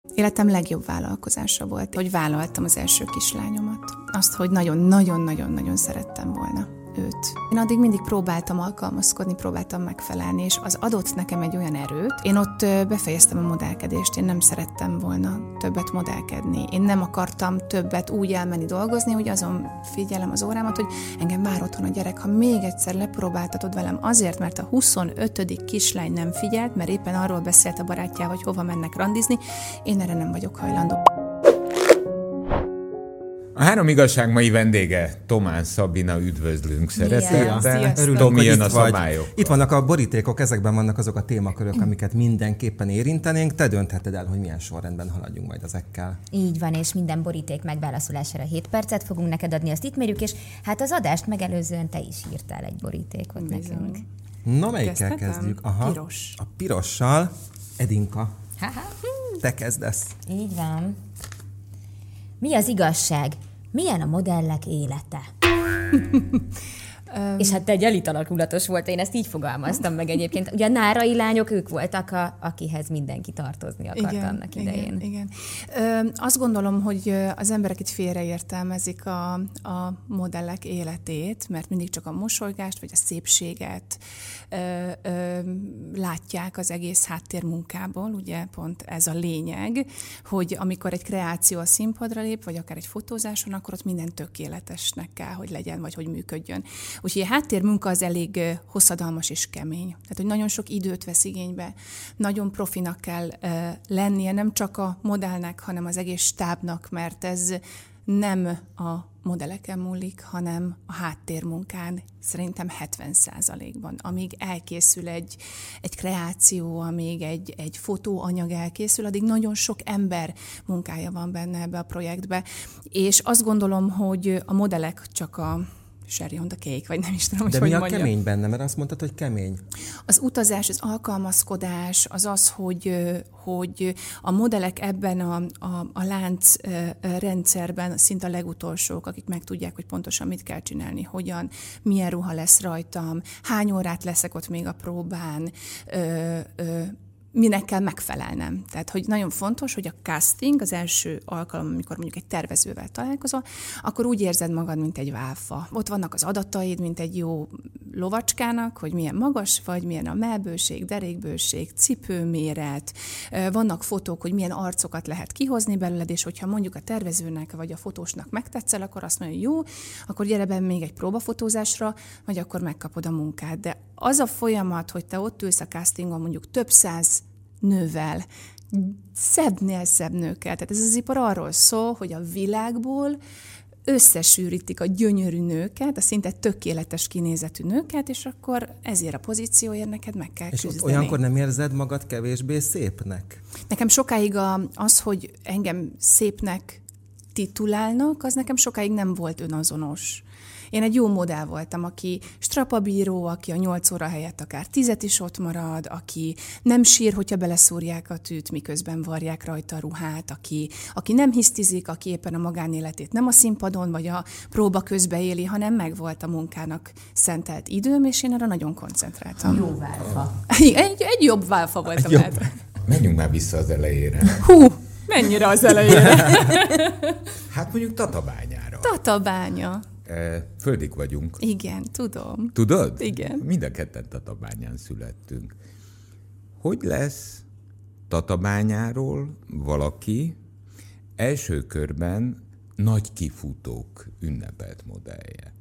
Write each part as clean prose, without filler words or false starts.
Életem legjobb vállalkozása volt, hogy vállaltam az első kislányomat. Azt, hogy nagyon-nagyon-nagyon-nagyon szerettem volna őt. Én addig mindig próbáltam alkalmazkodni, próbáltam megfelelni, és az adott nekem egy olyan erőt. Én ott befejeztem a modellkedést, én nem szerettem volna többet modellkedni. Én nem akartam többet úgy elmenni dolgozni, hogy azon figyelem az órámat, hogy engem vár otthon a gyerek. Ha még egyszer lepróbáltatod velem azért, mert a 25. kislány nem figyelt, mert éppen arról beszélt a barátjával, hogy hova mennek randizni, én erre nem vagyok hajlandó. A Három igazság mai vendége Thomán Szabina, üdvözlünk szeretettel. Örülünk, jön a szabályok. Itt vannak a borítékok, ezekben vannak azok a témakörök, amiket mindenképpen érintenénk. Te döntheted el, hogy milyen sorrendben haladjunk majd ezekkel. Így van, és minden boríték megválaszolására 7 percet fogunk neked adni, azt itt mérjük, és hát az adást megelőzően te is írtál egy borítékot nekünk. Na, melyikkel kezdjük? Piros. A pirossal. Edinka, te kezdesz. Így van. Mi az igazság? Milyen a modellek élete? És hát te egy elitalakulatos volt, én ezt így fogalmaztam meg egyébként. Ugye a nárai lányok, ők voltak, akihez mindenki tartozni akart annak idején. Igen. Azt gondolom, hogy az emberek itt félreértelmezik a modellek életét, mert mindig csak a mosolygást, vagy a szépséget látják az egész háttérmunkából, ugye pont ez a lényeg, hogy amikor egy kreáció a színpadra lép, vagy akár egy fotózáson, akkor ott minden tökéletesnek kell, hogy legyen, vagy hogy működjön. Úgyhogy a háttérmunka az elég hosszadalmas és kemény. Tehát, hogy nagyon sok időt vesz igénybe, nagyon profinak kell lennie, nem csak a modellnek, hanem az egész stábnak, mert ez nem a modelleken múlik, hanem a háttérmunkán szerintem 70%-ban. Amíg elkészül egy kreáció, amíg egy fotóanyag elkészül, addig nagyon sok ember munkája van benne ebbe a projektbe. És azt gondolom, hogy a modellek csak a cherry on the cake, vagy nem is tudom, hogy mi a mondjam. kemény benne? Mert azt mondtad, hogy kemény. Az utazás, az alkalmazkodás, az, hogy a modellek ebben a lánc rendszerben szinte a legutolsók, akik megtudják, hogy pontosan mit kell csinálni, hogyan, milyen ruha lesz rajtam, hány órát leszek ott még a próbán, minek kell megfelelnem. Tehát, hogy nagyon fontos, hogy a casting, az első alkalom, amikor mondjuk egy tervezővel találkozol, akkor úgy érzed magad, mint egy válfa. Ott vannak az adataid, mint egy jó lovacskának, hogy milyen magas vagy, milyen a mellbőség, derékbőség, cipőméret, vannak fotók, hogy milyen arcokat lehet kihozni belőled, és hogyha mondjuk a tervezőnek vagy a fotósnak megtetszel, akkor azt mondja, hogy jó, akkor gyere be még egy próbafotózásra, vagy akkor megkapod a munkát. De az a folyamat, hogy te ott ülsz a castingon mondjuk több száz nővel, szebbnél szebb nőkkel. Tehát ez az ipar arról szól, hogy a világból összesűrítik a gyönyörű nőket, a szinte tökéletes kinézetű nőket, és akkor ezért a pozícióért neked meg kell küzdeni. És olyankor nem érzed magad kevésbé szépnek? Nekem sokáig az, hogy engem szépnek titulálnak, az nekem sokáig nem volt önazonos. Én egy jó modell voltam, aki strapabíró, aki a 8 óra helyett akár 10 is ott marad, aki nem sír, hogyha beleszúrják a tűt, miközben varják rajta a ruhát, aki nem hisztizik, aki éppen a magánéletét nem a színpadon vagy a próba közbe éli, hanem megvolt a munkának szentelt időm, és én arra nagyon koncentráltam. Jó válfa. Egy jobb válfa voltam. Menjünk már vissza az elejére. Hú, mennyire az elejére? Hát mondjuk Tatabányára. Tatabánya. Földik vagyunk. Igen, tudom. Tudod? Igen. Mind a ketten Tatabányán születtünk. Hogy lesz Tatabányáról valaki első körben nagy kifutók ünnepelt modellje?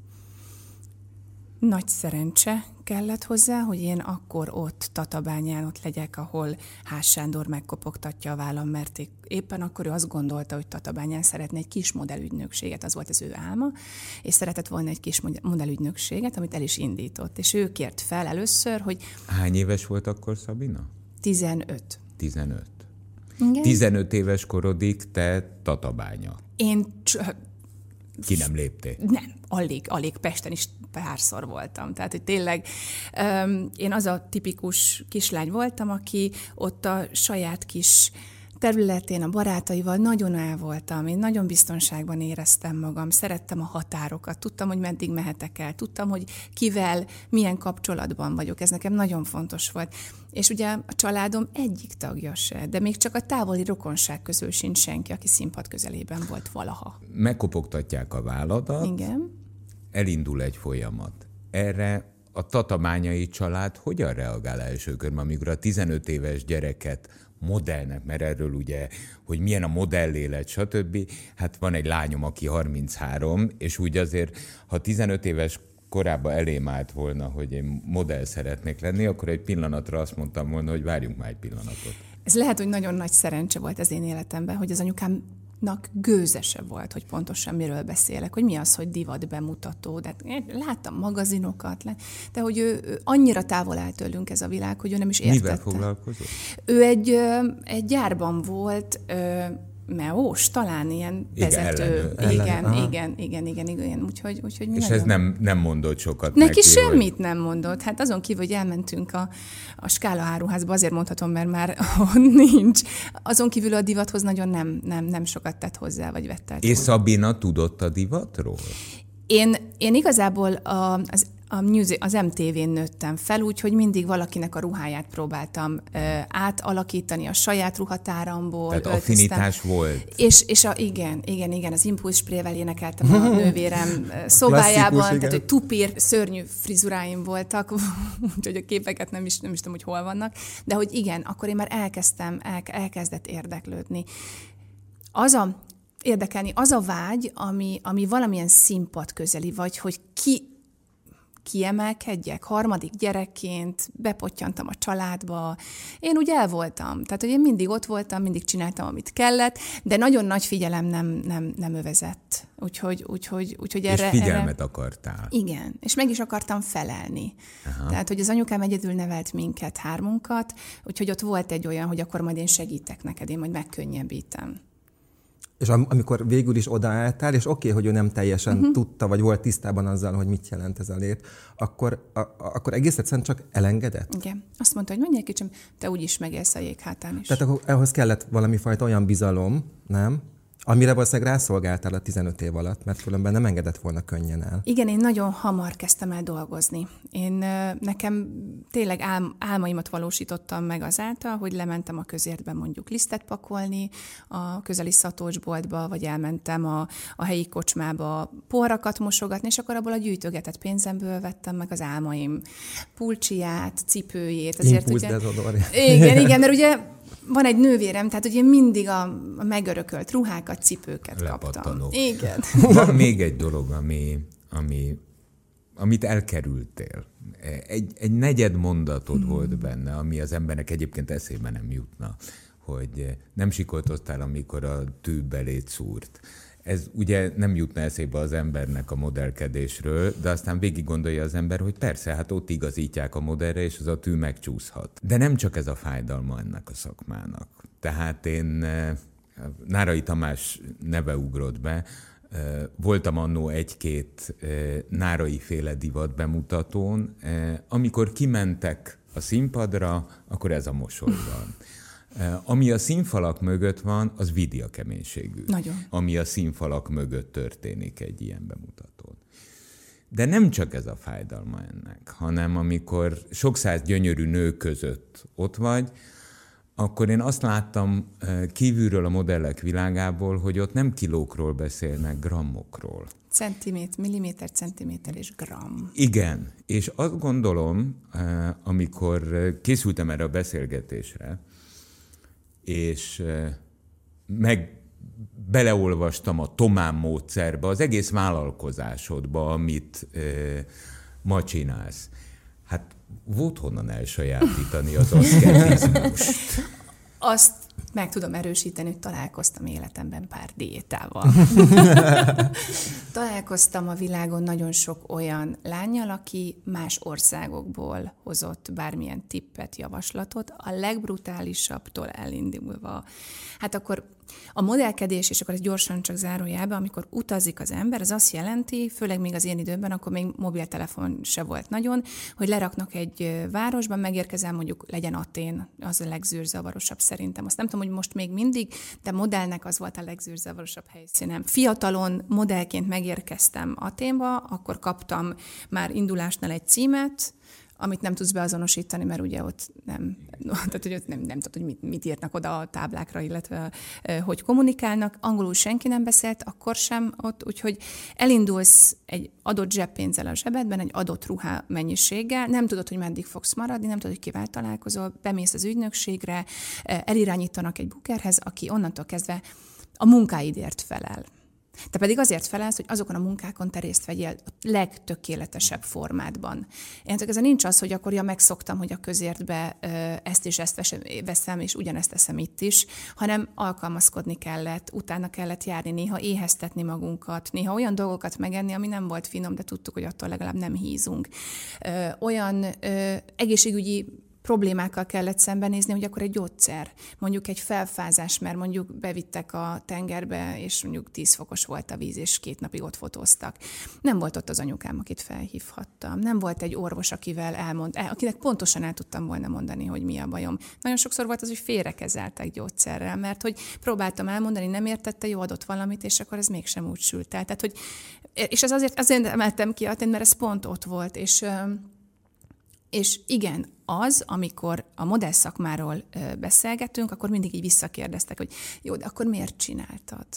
Nagy szerencse kellett hozzá, hogy én akkor ott Tatabányán ott legyek, ahol Ház Sándor megkopogtatja a vállam, mert éppen akkor ő azt gondolta, hogy Tatabányán szeretne egy kis modellügynökséget, az volt az ő álma, és szeretett volna egy kis modellügynökséget, amit el is indított. És ő kért fel először, hogy... Hány éves volt akkor Szabina? 15. 15. Igen? 15 éves korodig te Tatabánya. Én... Ki nem léptél? Nem, alig Pesten is párszor voltam. Tehát, hogy tényleg én az a tipikus kislány voltam, aki ott a saját kis területén, a barátaival nagyon el voltam, én nagyon biztonságban éreztem magam, szerettem a határokat, tudtam, hogy meddig mehetek el, tudtam, hogy kivel, milyen kapcsolatban vagyok, ez nekem nagyon fontos volt. És ugye a családom egyik tagja se, de még csak a távoli rokonság közül sincs senki, aki színpad közelében volt valaha. Megkopogtatják a válladat, igen. Elindul egy folyamat. Erre a tatabányai család hogyan reagál első körben, amikor a 15 éves gyereket modellnek, mert erről ugye, hogy milyen a modellélet, stb. Hát van egy lányom, aki 33, és úgy azért, ha 15 éves korában elém állt volna, hogy én modell szeretnék lenni, akkor egy pillanatra azt mondtam volna, hogy várjunk már egy pillanatot. Ez lehet, hogy nagyon nagy szerencse volt az én életemben, hogy az anyukámnak gőzese volt, hogy pontosan miről beszélek, hogy mi az, hogy divat bemutató. De láttam magazinokat, de hogy ő annyira távol áll tőlünk ez a világ, hogy ő nem is értette. Mivel foglalkozott? Ő egy gyárban volt, Meós, talán ilyen vezető. Igen. Úgyhogy és nagyon... ez nem mondott sokat neki semmit hogy... nem mondott. Hát azon kívül, hogy elmentünk a Skála áruházba, azért mondhatom, mert már nincs. Azon kívül a divathoz nagyon nem sokat tett hozzá, vagy vett el. És Szabina tudott a divatról? Én igazából az MTV-n nőttem fel, úgyhogy mindig valakinek a ruháját próbáltam átalakítani a saját ruhatáramból. Tehát affinitás volt. És igen, az impulszsprével énekeltem a nővérem szobájában, tehát hogy tupír, szörnyű frizuráim voltak, úgyhogy a képeket nem is tudom, hogy hol vannak, de hogy igen, akkor én már elkezdett érdeklődni. Az a vágy, ami valamilyen színpad közeli, vagy hogy kiemelkedjek, harmadik gyerekként, bepottyantam a családba. Én úgy el voltam. Tehát, hogy én mindig ott voltam, mindig csináltam, amit kellett, de nagyon nagy figyelem nem övezett. Úgyhogy erre... És figyelmet akartál. Igen, és meg is akartam felelni. Aha. Tehát, hogy az anyukám egyedül nevelt minket, hármunkat, úgyhogy ott volt egy olyan, hogy akkor majd én segítek neked, én majd megkönnyebbítem. És amikor végül is odaálltál, és oké, hogy ő nem teljesen tudta, vagy volt tisztában azzal, hogy mit jelent ez a lét, akkor egész egyszerűen csak elengedett? Igen. Azt mondta, hogy mondj egy kicsim, te úgyis megélsz a jéghátán is. Tehát akkor ahhoz kellett valami fajta olyan bizalom, nem? Amire valószínűleg rászolgáltál a 15 év alatt, mert különben nem engedett volna könnyen el. Igen, én nagyon hamar kezdtem el dolgozni. Nekem tényleg álmaimat valósítottam meg azáltal, hogy lementem a közértbe mondjuk lisztet pakolni a közeli szatócsboltba, vagy elmentem a helyi kocsmába porrakat mosogatni, és akkor abból a gyűjtögetett pénzemből vettem meg az álmaim pulcsiját, cipőjét. Impulzdezodor. Igen, mert ugye van egy nővérem, tehát ugye mindig a megörökölt ruhákat, cipőket kaptam. Igen. Van még egy dolog, amit elkerültél. Egy negyed mondatod volt benne, ami az embernek egyébként eszébe nem jutna, hogy nem sikoltoztál, amikor a tű belét szúrt. Ez ugye nem jutna eszébe az embernek a modellkedésről, de aztán végig gondolja az ember, hogy persze, hát ott igazítják a modellre, és az a tű megcsúszhat. De nem csak ez a fájdalma ennek a szakmának. Tehát én, Nárai Tamás neve ugrott be, voltam annó egy-két Nárai-féle divat bemutatón, amikor kimentek a színpadra, akkor ez a mosoly van. Ami a színfalak mögött van, az vidi a keménységű. Nagyon. Ami a színfalak mögött történik egy ilyen bemutatón. De nem csak ez a fájdalma ennek, hanem amikor sok száz gyönyörű nő között ott vagy, akkor én azt láttam kívülről a modellek világából, hogy ott nem kilókról beszélnek, grammokról. Milliméter, centiméter és gram. Igen, és azt gondolom, amikor készültem erre a beszélgetésre, és beleolvastam a Tomán módszerbe, az egész vállalkozásodba, amit ma csinálsz. Hát volt honnan elsajátítani az aszketizmust. Azt meg tudom erősíteni, hogy találkoztam életemben pár diétával. Találkoztam a világon nagyon sok olyan lánnyal, aki más országokból hozott bármilyen tippet, javaslatot, a legbrutálisabbtól elindulva. Hát akkor a modellkedés, és akkor ez gyorsan csak zárójelbe, amikor utazik az ember, az azt jelenti, főleg még az én időmben, akkor még mobiltelefon se volt nagyon, hogy leraknak egy városban, megérkezel, mondjuk legyen Atén, az a legzűrzavarosabb szerintem. Azt nem tudom, hogy most még mindig, de modellnek az volt a legzűrzavarosabb helyszínem. Fiatalon modellként megérkeztem Athénba, akkor kaptam már indulásnál egy címet, amit nem tudsz beazonosítani, mert ugye ott nem tudod, hogy mit írnak oda a táblákra, illetve hogy kommunikálnak. Angolul senki nem beszélt, akkor sem ott, úgyhogy elindulsz egy adott zseppénzzel a zsebedben, egy adott ruhá mennyiséggel, nem tudod, hogy meddig fogsz maradni, nem tudod, hogy kivel találkozol, bemész az ügynökségre, elirányítanak egy bookerhez, aki onnantól kezdve a munkáidért felel. Te pedig azért felelsz, hogy azokon a munkákon te részt vegyél a legtökéletesebb formádban. Én ezen nincs az, hogy akkor megszoktam, hogy a közértbe ezt és ezt veszem, és ugyanezt teszem itt is, hanem alkalmazkodni kellett, utána kellett járni, néha éheztetni magunkat, néha olyan dolgokat megenni, ami nem volt finom, de tudtuk, hogy attól legalább nem hízunk. Olyan egészségügyi problémákkal kellett szembenézni, hogy akkor egy gyógyszer, mondjuk egy felfázás, mert mondjuk bevittek a tengerbe, és mondjuk 10 fokos volt a víz, és 2 napig ott fotóztak. Nem volt ott az anyukám, akit felhívhattam. Nem volt egy orvos, akinek pontosan el tudtam volna mondani, hogy mi a bajom. Nagyon sokszor volt az, hogy félrekezeltek gyógyszerrel, mert hogy próbáltam elmondani, nem értette, jó adott valamit, és akkor ez mégsem úgy sült el. Tehát, hogy, és ez azért emeltem ki, mert ez pont ott volt, és igen, amikor a modell szakmáról beszélgetünk, akkor mindig így visszakérdeztek, hogy jó, de akkor miért csináltad?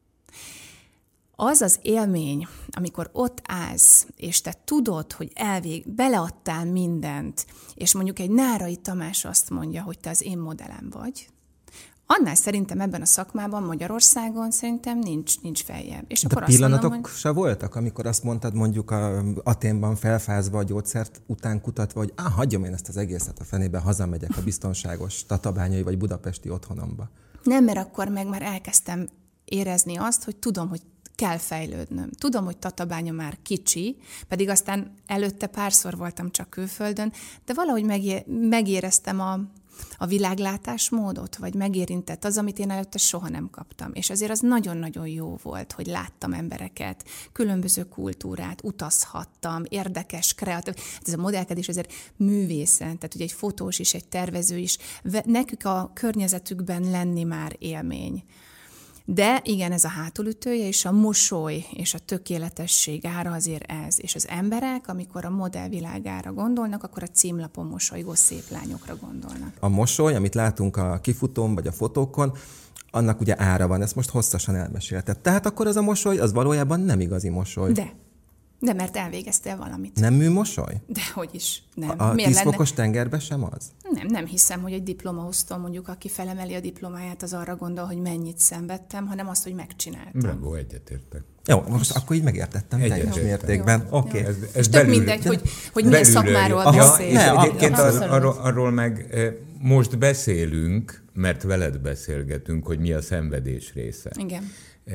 Az az élmény, amikor ott állsz, és te tudod, hogy beleadtál mindent, és mondjuk egy Nárai Tamás azt mondja, hogy te az én modellem vagy, annál szerintem ebben a szakmában Magyarországon szerintem nincs feljebb. És de akkor pillanatok mondom, hogy... se voltak, amikor azt mondtad mondjuk Athénban felfázva a gyógyszert után kutatva, hogy hagyjam én ezt az egészet a fenébe, hazamegyek a biztonságos tatabányai vagy budapesti otthonomba. Nem, mert akkor meg már elkezdtem érezni azt, hogy tudom, hogy kell fejlődnöm. Tudom, hogy Tatabánya már kicsi, pedig aztán előtte párszor voltam csak külföldön, de valahogy megéreztem a világlátásmódot, vagy megérintett az, amit én előtte soha nem kaptam. És azért az nagyon-nagyon jó volt, hogy láttam embereket, különböző kultúrát, utazhattam, érdekes, kreatív. Ez a modellkedés azért művészen, tehát ugye egy fotós is, egy tervező is, nekük a környezetükben lenni már élmény. De igen, ez a hátulütője, és a mosoly, és a tökéletesség ára azért ez. És az emberek, amikor a modellvilágára gondolnak, akkor a címlapon mosolygó szép lányokra gondolnak. A mosoly, amit látunk a kifutón vagy a fotókon, annak ugye ára van, ezt most hosszasan elmesélted. Tehát akkor az a mosoly, az valójában nem igazi mosoly. De mert elvégeztél valamit. Nem műmosoly? Dehogy is. Nem. A 10 fokos tengerben sem az? Nem hiszem, hogy egy diplomaosztó mondjuk, aki felemeli a diplomáját, az arra gondol, hogy mennyit szenvedtem, hanem azt, hogy megcsináltam. Bravo, egyetértek. Jó, most akkor így megértettem teljes mértékben. Oké. És tök mindegy, hogy milyen szakmáról beszélünk. Egyébként arról meg most beszélünk, mert veled beszélgetünk, hogy mi a szenvedés része. Igen.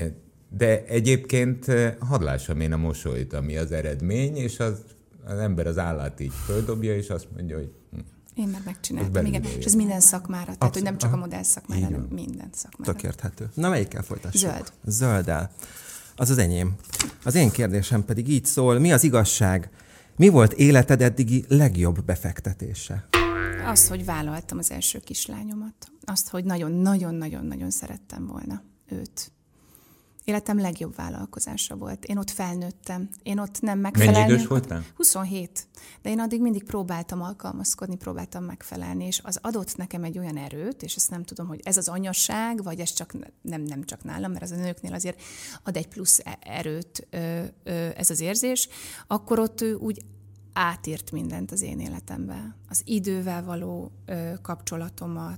De egyébként hadd lássam én a mosolyt, ami az eredmény, és az ember az állát így földobja, és azt mondja, hogy... Én már megcsináltam, igen. És ez minden szakmára, tehát hogy nem csak a modell szakmára, hanem minden szakmára. Tök érthető. Na, melyikkel folytassuk? Zöld. Zölddel. Az az enyém. Az én kérdésem pedig így szól, mi az igazság? Mi volt életed eddigi legjobb befektetése? Azt, hogy vállaltam az első kislányomat. Azt, hogy nagyon-nagyon-nagyon-nagyon szerettem volna őt. Életem legjobb vállalkozása volt. Én ott felnőttem. Én ott nem megfelelni. Mennyi idős voltál? 27. De én addig mindig próbáltam alkalmazkodni, próbáltam megfelelni, és az adott nekem egy olyan erőt, és ezt nem tudom, hogy ez az anyaság, vagy ez csak nem csak nálam, mert az a nőknél azért ad egy plusz erőt ez az érzés, akkor ott úgy átírt mindent az én életembe. Az idővel való kapcsolatomat,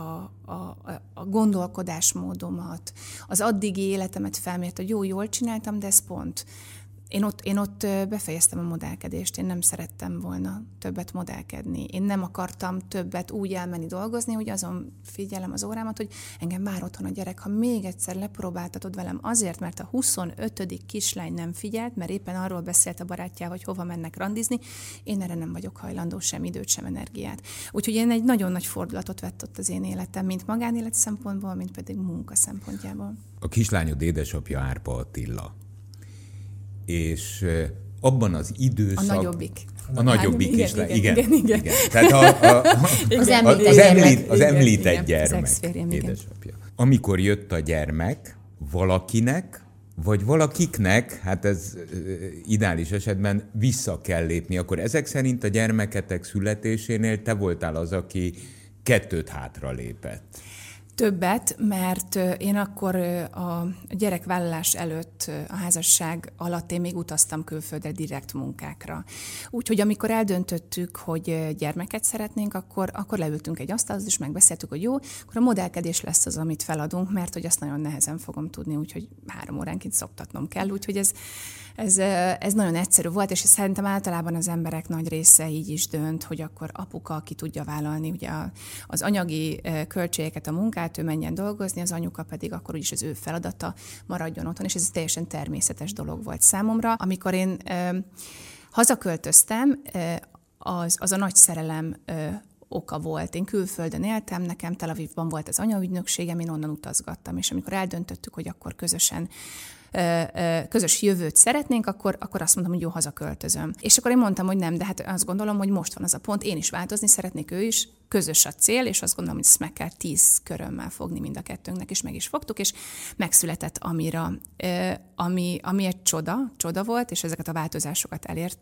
a gondolkodásmódomat, az addigi életemet felmért, hogy jól csináltam, de ez pont. Én ott befejeztem a modellkedést, én nem szerettem volna többet modellkedni. Én nem akartam többet úgy elmenni dolgozni, hogy azon figyelem az órámat, hogy engem vár otthon a gyerek. Ha még egyszer lepróbáltatod velem azért, mert a 25. kislány nem figyelt, mert éppen arról beszélt a barátjával, hogy hova mennek randizni, én erre nem vagyok hajlandó, sem időt, sem energiát. Úgyhogy én egy nagyon nagy fordulatot vett ott az én életem, mint magánélet szempontból, mint pedig munka szempontjából. A kislányod édesapja Árpa Attila. És abban az időszak... A nagyobbik. A nagyobbik is. Igen. Tehát az említett gyermek, édesapja. Amikor jött a gyermek, valakinek, vagy valakiknek, hát ez ideális esetben vissza kell lépni. Akkor ezek szerint a gyermeketek születésénél te voltál az, aki 2 hátra lépett. Többet, mert én akkor a gyerekvállalás előtt, a házasság alatt én még utaztam külföldre direkt munkákra. Úgyhogy amikor eldöntöttük, hogy gyermeket szeretnénk, akkor leültünk egy asztalhoz, és megbeszéltük, hogy jó, akkor a modellkedés lesz az, amit feladunk, mert hogy azt nagyon nehezen fogom tudni, úgyhogy 3 óránként szoktatnom kell, úgyhogy ez nagyon egyszerű volt, és szerintem általában az emberek nagy része így is dönt, hogy akkor apuka ki tudja vállalni ugye az anyagi költségeket, a munkát, ő menjen dolgozni, az anyuka pedig akkor úgyis az ő feladata maradjon otthon, és ez teljesen természetes dolog volt számomra. Amikor én hazaköltöztem, az a nagy szerelem oka volt. Én külföldön éltem, nekem Tel Avivban volt az anyaügynökségem, én onnan utazgattam, és amikor eldöntöttük, hogy akkor közös jövőt szeretnénk, akkor azt mondtam, hogy jó, hazaköltözöm. És akkor én mondtam, hogy nem, de hát azt gondolom, hogy most van az a pont, én is változni szeretnék, ő is, közös a cél, és azt gondolom, hogy ezt meg kell 10 körömmel fogni mind a kettőnknek, és meg is fogtuk, és megszületett Amira, ami egy csoda volt, és ezeket a változásokat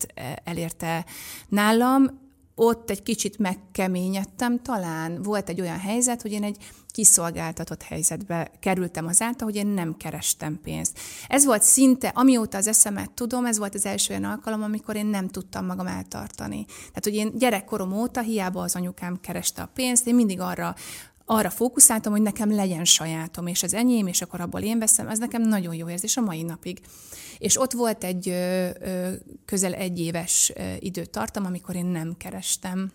elérte nálam. Ott egy kicsit megkeményedtem, talán volt egy olyan helyzet, hogy én egy kiszolgáltatott helyzetbe kerültem azáltal, hogy én nem kerestem pénzt. Ez volt szinte, amióta az eszemet tudom, ez volt az első olyan alkalom, amikor én nem tudtam magam eltartani. Tehát, hogy én gyerekkorom óta hiába az anyukám kereste a pénzt, én mindig arra fókuszáltam, hogy nekem legyen sajátom, és az enyém, és akkor abból én veszem, ez nekem nagyon jó érzés a mai napig. És ott volt egy közel 1 éves időtartam, amikor én nem kerestem.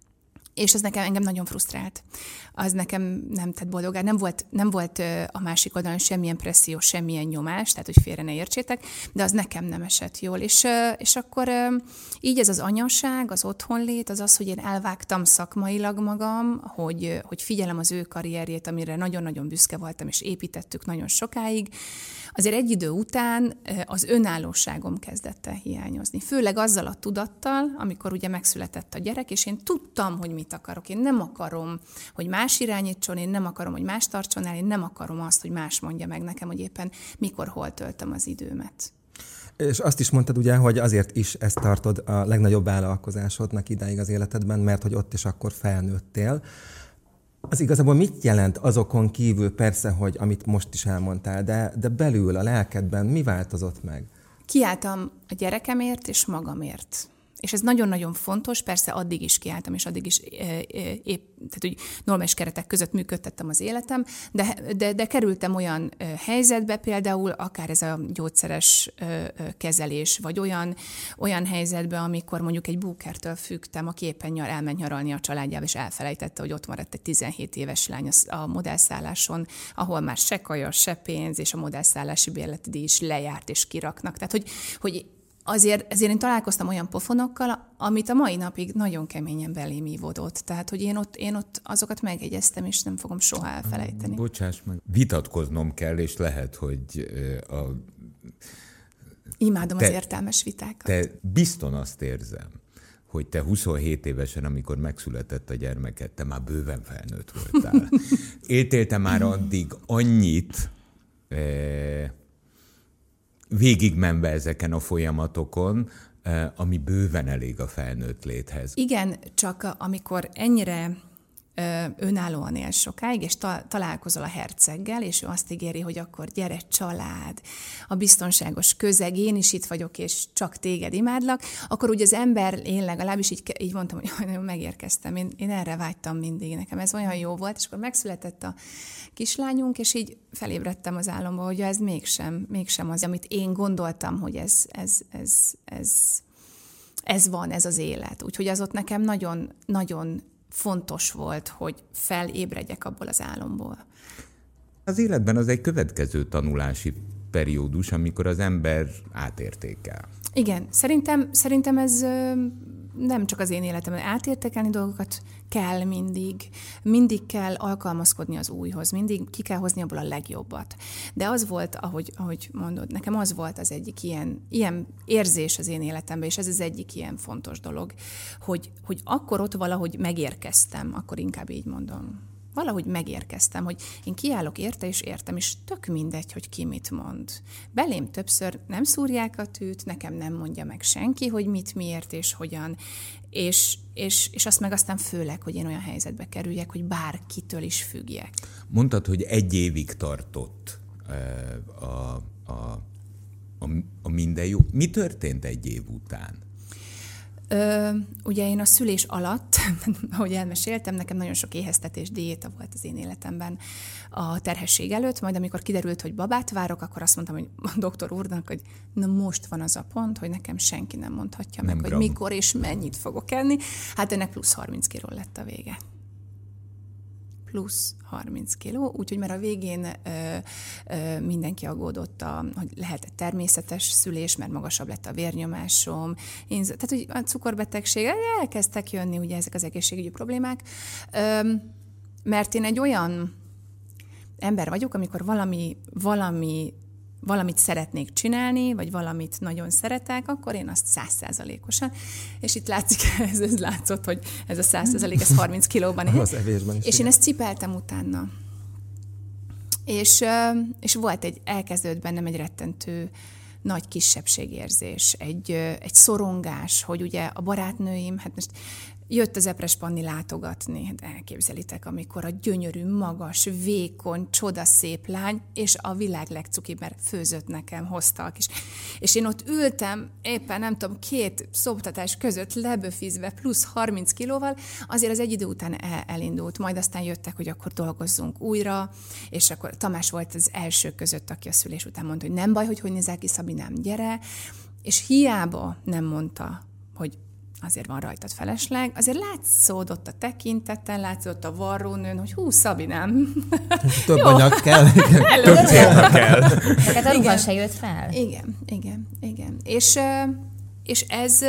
És ez engem nagyon frusztrált. Az nekem nem tett boldogá. Nem volt a másik oldalon semmilyen presszió, semmilyen nyomás, tehát hogy félre ne értsétek, de az nekem nem esett jól. És akkor így ez az anyaság, az otthonlét, az, hogy én elvágtam szakmailag magam, hogy figyelem az ő karrierjét, amire nagyon-nagyon büszke voltam, és építettük nagyon sokáig. Azért egy idő után az önállóságom kezdett el hiányozni. Főleg azzal a tudattal, amikor ugye megszületett a gyerek, és én tudtam, hogy mit akarok. Én nem akarom, hogy más irányítson, én nem akarom, hogy más tartson el, én nem akarom azt, hogy más mondja meg nekem, hogy éppen mikor, hol töltöm az időmet. És azt is mondtad ugye, hogy azért is ezt tartod a legnagyobb vállalkozásodnak idáig az életedben, mert hogy ott is akkor felnőttél. Az igazából mit jelent azokon kívül, persze, hogy amit most is elmondtál, de belül, a lelkedben mi változott meg? Kiálltam a gyerekemért és magamért. És ez nagyon-nagyon fontos, persze addig is kiálltam, és addig is tehát úgy normális keretek között működtettem az életem, de kerültem olyan helyzetbe például, akár ez a gyógyszeres kezelés, vagy olyan helyzetbe, amikor mondjuk egy búkertől függtem, aki éppen elment nyaralni a családjával, és elfelejtette, hogy ott maradt egy 17 éves lány a modellszálláson, ahol már se kaja, se pénz, és a modellszállási bérleti díj is lejárt, és kiraknak. Tehát, hogy ezért én találkoztam olyan pofonokkal, amit a mai napig nagyon keményen belém ívódott. Tehát, hogy én ott azokat megjegyeztem, és nem fogom soha elfelejteni. Bocsáss meg, vitatkoznom kell, és lehet, hogy imádom az értelmes vitákat. Te bizton azt érzem, hogy te 27 évesen, amikor megszületett a gyermeked, te már bőven felnőtt voltál. Éltél te már addig annyit, végigmenve ezeken a folyamatokon, ami bőven elég a felnőtt léthez. Igen, csak amikor ennyire önállóan él sokáig, és találkozol a herceggel, és ő azt ígéri, hogy akkor gyere család, a biztonságos közeg, én is itt vagyok, és csak téged imádlak, akkor úgy az ember, én legalábbis így mondtam, hogy nagyon megérkeztem, én erre vágytam mindig, nekem ez olyan jó volt, és akkor megszületett a kislányunk, és így felébredtem az álomba, hogy ez mégsem az, amit én gondoltam, hogy ez van, ez az élet. Úgyhogy az ott nekem nagyon fontos volt, hogy felébredjek abból az álomból. Az életben az egy következő tanulási periódus, amikor az ember átértékel. Igen, szerintem ez nem csak az én életemben. Átértékelni dolgokat kell mindig kell alkalmazkodni az újhoz, mindig ki kell hozni abból a legjobbat. De az volt, ahogy mondod, nekem az volt az egyik ilyen érzés az én életemben, és ez az egyik ilyen fontos dolog, hogy akkor ott valahogy megérkeztem, akkor inkább így mondom. Valahogy megérkeztem, hogy én kiállok érte és értem, és tök mindegy, hogy ki mit mond. Belém többször nem szúrják a tűt, nekem nem mondja meg senki, hogy mit, miért és hogyan. És azt meg aztán főleg, hogy én olyan helyzetbe kerüljek, hogy bárkitől is függjek. Mondtad, hogy 1 évig tartott a minden jó. Mi történt 1 év után? Ugye én a szülés alatt, ahogy elmeséltem, nekem nagyon sok éheztetés, diéta volt az én életemben a terhesség előtt, majd amikor kiderült, hogy babát várok, akkor azt mondtam, hogy a doktor úrnak, hogy na most van az a pont, hogy nekem senki nem mondhatja meg, hogy mikor és mennyit fogok enni. Hát ennek plusz 30 kiló lett a vége. Plusz 30 kiló, úgyhogy már a végén mindenki aggódott, hogy lehet egy természetes szülés, mert magasabb lett a vérnyomásom. Tehát, hogy a cukorbetegség, elkezdtek jönni ugye ezek az egészségügyi problémák, mert én egy olyan ember vagyok, amikor valamit szeretnék csinálni, vagy valamit nagyon szeretek, akkor én azt 100%-osan. És itt látszik, ez látszott, hogy ez a 100%, ez 30 kilóban ér. Az evésben is. És én ezt cipeltem utána. És volt elkezdődött bennem egy rettentő nagy kisebbségérzés, egy szorongás, hogy ugye a barátnőim, hát most jött az Epres Panni látogatni, hát elképzelitek, amikor a gyönyörű, magas, vékony, csodaszép lány, és a világ legcukibb, mert főzött nekem, hoztak is. És én ott ültem, éppen nem tudom, 2 szoptatás között leböfizve, plusz 30 kilóval, azért az egy idő után elindult, majd aztán jöttek, hogy akkor dolgozzunk újra, és akkor Tamás volt az első között, aki a szülés után mondta, hogy nem baj, hogy nézel ki, Szabinám, gyere, és hiába nem mondta, hogy azért van rajtad felesleg, azért látszódott a tekinteten, látszódott a varrónőn, hogy hú, Szabinám. Több anyag kell. Több célra kell. Tehát a ruha se jött fel. Igen. És